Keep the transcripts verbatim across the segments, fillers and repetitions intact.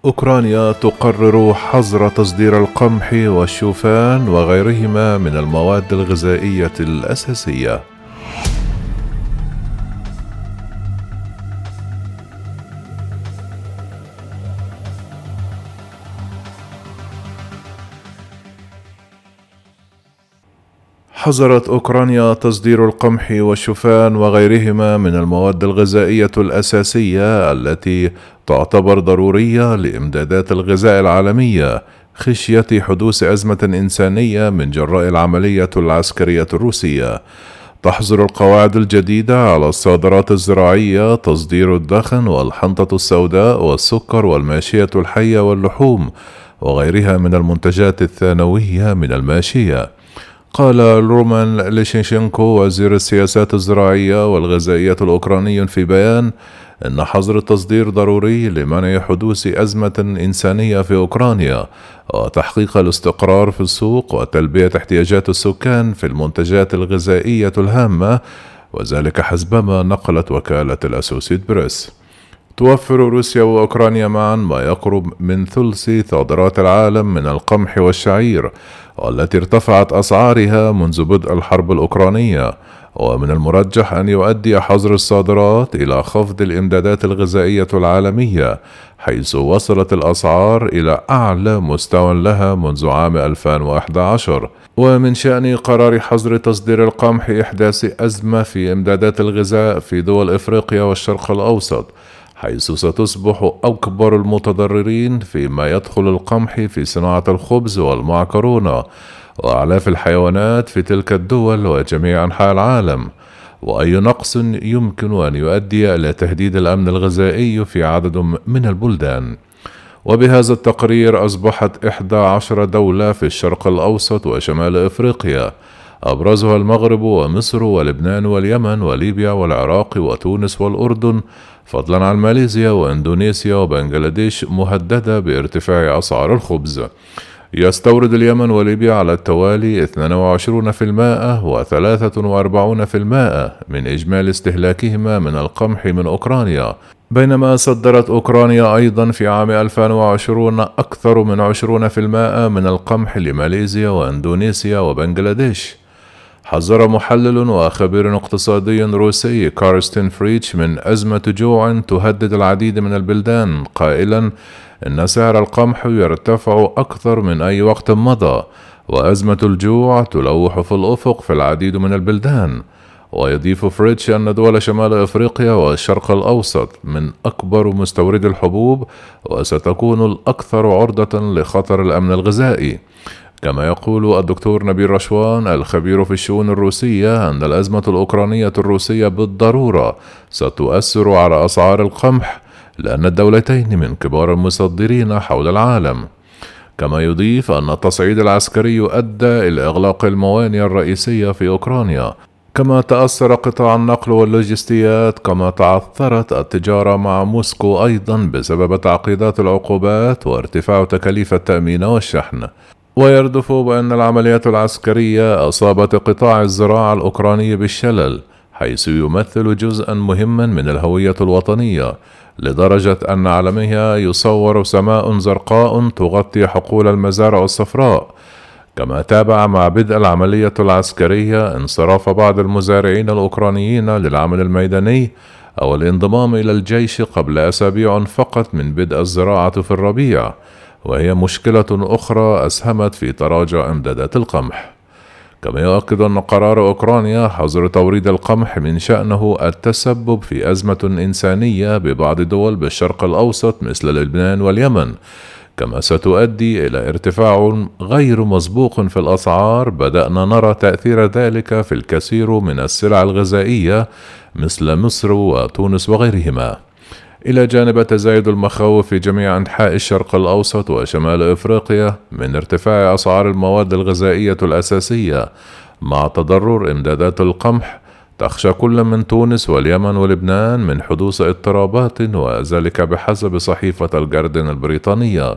أوكرانيا تقرر حظر تصدير القمح والشوفان وغيرهما من المواد الغذائية الأساسية. حظرت أوكرانيا تصدير القمح والشوفان وغيرهما من المواد الغذائية الأساسية التي تعتبر ضرورية لإمدادات الغذاء العالمية خشية حدوث أزمة إنسانية من جراء العملية العسكرية الروسية. تحظر القواعد الجديدة على الصادرات الزراعية تصدير الدخن والحنطة السوداء والسكر والماشية الحية واللحوم وغيرها من المنتجات الثانوية من الماشية. قال رومان ليشينكو وزير السياسات الزراعية والغذائية الأوكراني في بيان إن حظر التصدير ضروري لمنع حدوث أزمة إنسانية في أوكرانيا وتحقيق الاستقرار في السوق وتلبية احتياجات السكان في المنتجات الغذائية الهامة، وذلك حسبما نقلت وكالة الأسوسيد بريس. توفر روسيا وأوكرانيا معا ما يقرب من ثلث صادرات العالم من القمح والشعير، والتي ارتفعت أسعارها منذ بدء الحرب الأوكرانية، ومن المرجح أن يؤدي حظر الصادرات إلى خفض الإمدادات الغذائية العالمية، حيث وصلت الأسعار إلى أعلى مستوى لها منذ عام ألفين وأحد عشر. ومن شأن قرار حظر تصدير القمح إحداث أزمة في إمدادات الغذاء في دول إفريقيا والشرق الأوسط، حيث ستصبح أكبر المتضررين فيما يدخل القمح في صناعة الخبز والمعكرونة وأعلاف الحيوانات في تلك الدول وجميع أنحاء العالم، وأي نقص يمكن أن يؤدي إلى تهديد الأمن الغذائي في عدد من البلدان. وبهذا التقرير أصبحت إحدى عشرة دولة في الشرق الأوسط وشمال إفريقيا، أبرزها المغرب ومصر ولبنان واليمن وليبيا والعراق وتونس والأردن، فضلا عن ماليزيا وإندونيسيا وبنغلاديش، مهددة بارتفاع أسعار الخبز. يستورد اليمن وليبيا على التوالي اثنين وعشرين بالمئة وثلاثة وأربعين بالمئة من إجمالي استهلاكهما من القمح من أوكرانيا، بينما صدرت أوكرانيا أيضا في عام ألفين وعشرين أكثر من عشرين بالمئة من القمح لماليزيا وإندونيسيا وبنغلاديش. حذر محلل وخبير اقتصادي روسي كارستين فريتش من أزمة جوع تهدد العديد من البلدان، قائلا إن سعر القمح يرتفع أكثر من أي وقت مضى، وأزمة الجوع تلوح في الأفق في العديد من البلدان. ويضيف فريتش أن دول شمال أفريقيا والشرق الأوسط من أكبر مستوردي الحبوب وستكون الأكثر عرضة لخطر الأمن الغذائي. كما يقول الدكتور نبيل رشوان الخبير في الشؤون الروسية أن الأزمة الأوكرانية الروسية بالضرورة ستؤثر على أسعار القمح، لأن الدولتين من كبار المصدرين حول العالم. كما يضيف أن التصعيد العسكري أدى إلى إغلاق الموانئ الرئيسية في أوكرانيا، كما تأثر قطاع النقل واللوجستيات، كما تعثرت التجارة مع موسكو أيضا بسبب تعقيدات العقوبات وارتفاع تكاليف التأمين والشحن. ويردف بأن العمليات العسكرية أصابت قطاع الزراعة الأوكراني بالشلل، حيث يمثل جزءا مهما من الهوية الوطنية، لدرجة أن علمها يصور سماء زرقاء تغطي حقول المزارع الصفراء. كما تابع مع بدء العملية العسكرية انصراف بعض المزارعين الأوكرانيين للعمل الميداني أو الانضمام إلى الجيش قبل أسابيع فقط من بدء الزراعة في الربيع، وهي مشكلة أخرى أسهمت في تراجع إمدادات القمح. كما يؤكد أن قرار أوكرانيا حظر توريد القمح من شأنه التسبب في أزمة إنسانية ببعض دول بالشرق الأوسط مثل لبنان واليمن، كما ستؤدي إلى ارتفاع غير مسبوق في الأسعار بدأنا نرى تأثير ذلك في الكثير من السلع الغذائية مثل مصر وتونس وغيرهما، إلى جانب تزايد المخاوف في جميع أنحاء الشرق الأوسط وشمال إفريقيا من ارتفاع أسعار المواد الغذائية الأساسية مع تضرر إمدادات القمح. تخشى كل من تونس واليمن ولبنان من حدوث اضطرابات، وذلك بحسب صحيفة الجاردن البريطانية.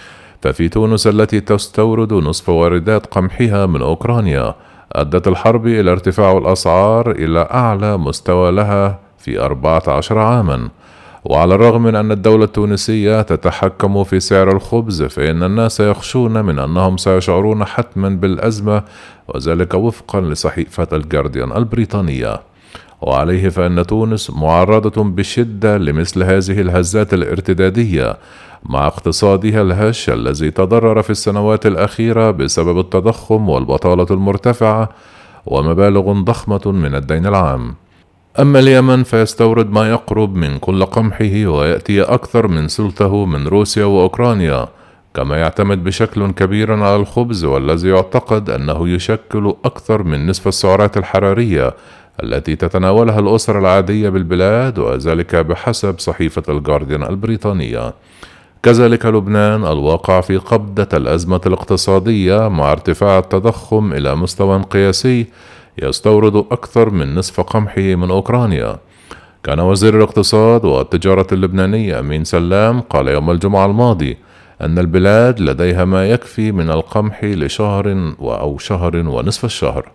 ففي تونس التي تستورد نصف واردات قمحها من أوكرانيا، أدت الحرب إلى ارتفاع الأسعار إلى أعلى مستوى لها في أربعة عشر عاما. وعلى الرغم من أن الدولة التونسية تتحكم في سعر الخبز، فإن الناس يخشون من أنهم سيشعرون حتما بالأزمة، وذلك وفقا لصحيفة الجارديان البريطانية. وعليه فإن تونس معرضة بشدة لمثل هذه الهزات الارتدادية، مع اقتصادها الهش الذي تضرر في السنوات الأخيرة بسبب التضخم والبطالة المرتفعة ومبالغ ضخمة من الدين العام. أما اليمن فيستورد ما يقرب من كل قمحه، ويأتي أكثر من ثلثه من روسيا وأوكرانيا، كما يعتمد بشكل كبير على الخبز، والذي يعتقد أنه يشكل أكثر من نصف السعرات الحرارية التي تتناولها الأسر العادية بالبلاد، وذلك بحسب صحيفة الجارديان البريطانية. كذلك لبنان الواقع في قبضة الأزمة الاقتصادية مع ارتفاع التضخم إلى مستوى قياسي، يستورد أكثر من نصف قمحه من أوكرانيا. كان وزير الاقتصاد والتجارة اللبناني أمين سلام قال يوم الجمعة الماضي أن البلاد لديها ما يكفي من القمح لشهر أو شهر ونصف الشهر.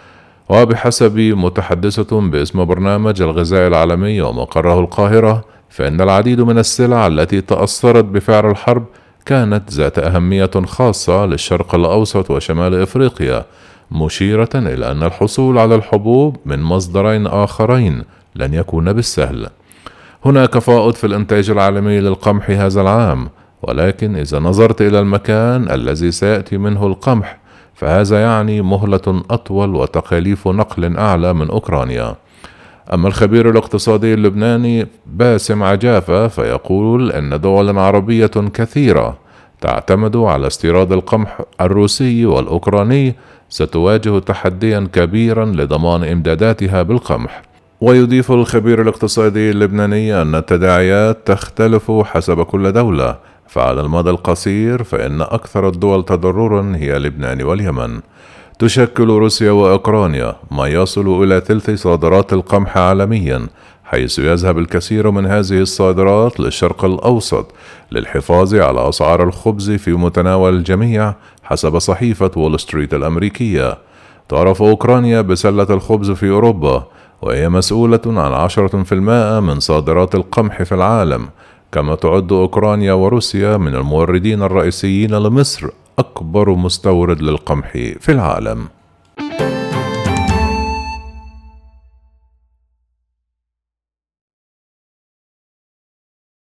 وبحسب متحدثة باسم برنامج الغذاء العالمي ومقره القاهرة، فإن العديد من السلع التي تأثرت بفعل الحرب كانت ذات أهمية خاصة للشرق الأوسط وشمال إفريقيا، مشيرة إلى أن الحصول على الحبوب من مصدرين آخرين لن يكون بالسهل. هناك فائض في الإنتاج العالمي للقمح هذا العام، ولكن إذا نظرت إلى المكان الذي سيأتي منه القمح، فهذا يعني مهلة أطول وتكاليف نقل أعلى من أوكرانيا. أما الخبير الاقتصادي اللبناني باسم عجافة فيقول أن دول عربية كثيرة تعتمد على استيراد القمح الروسي والأوكراني ستواجه تحديا كبيرا لضمان إمداداتها بالقمح. ويضيف الخبير الاقتصادي اللبناني أن التداعيات تختلف حسب كل دولة، فعلى المدى القصير فإن أكثر الدول تضررا هي لبنان واليمن. تشكل روسيا وأوكرانيا ما يصل إلى ثلث صادرات القمح عالميا، حيث يذهب الكثير من هذه الصادرات للشرق الأوسط للحفاظ على أسعار الخبز في متناول الجميع حسب صحيفة وول ستريت الأمريكية. تعرف أوكرانيا بسلة الخبز في أوروبا، وهي مسؤولة عن عشرة بالمئة من صادرات القمح في العالم. كما تعد أوكرانيا وروسيا من الموردين الرئيسيين لمصر أكبر مستورد للقمح في العالم.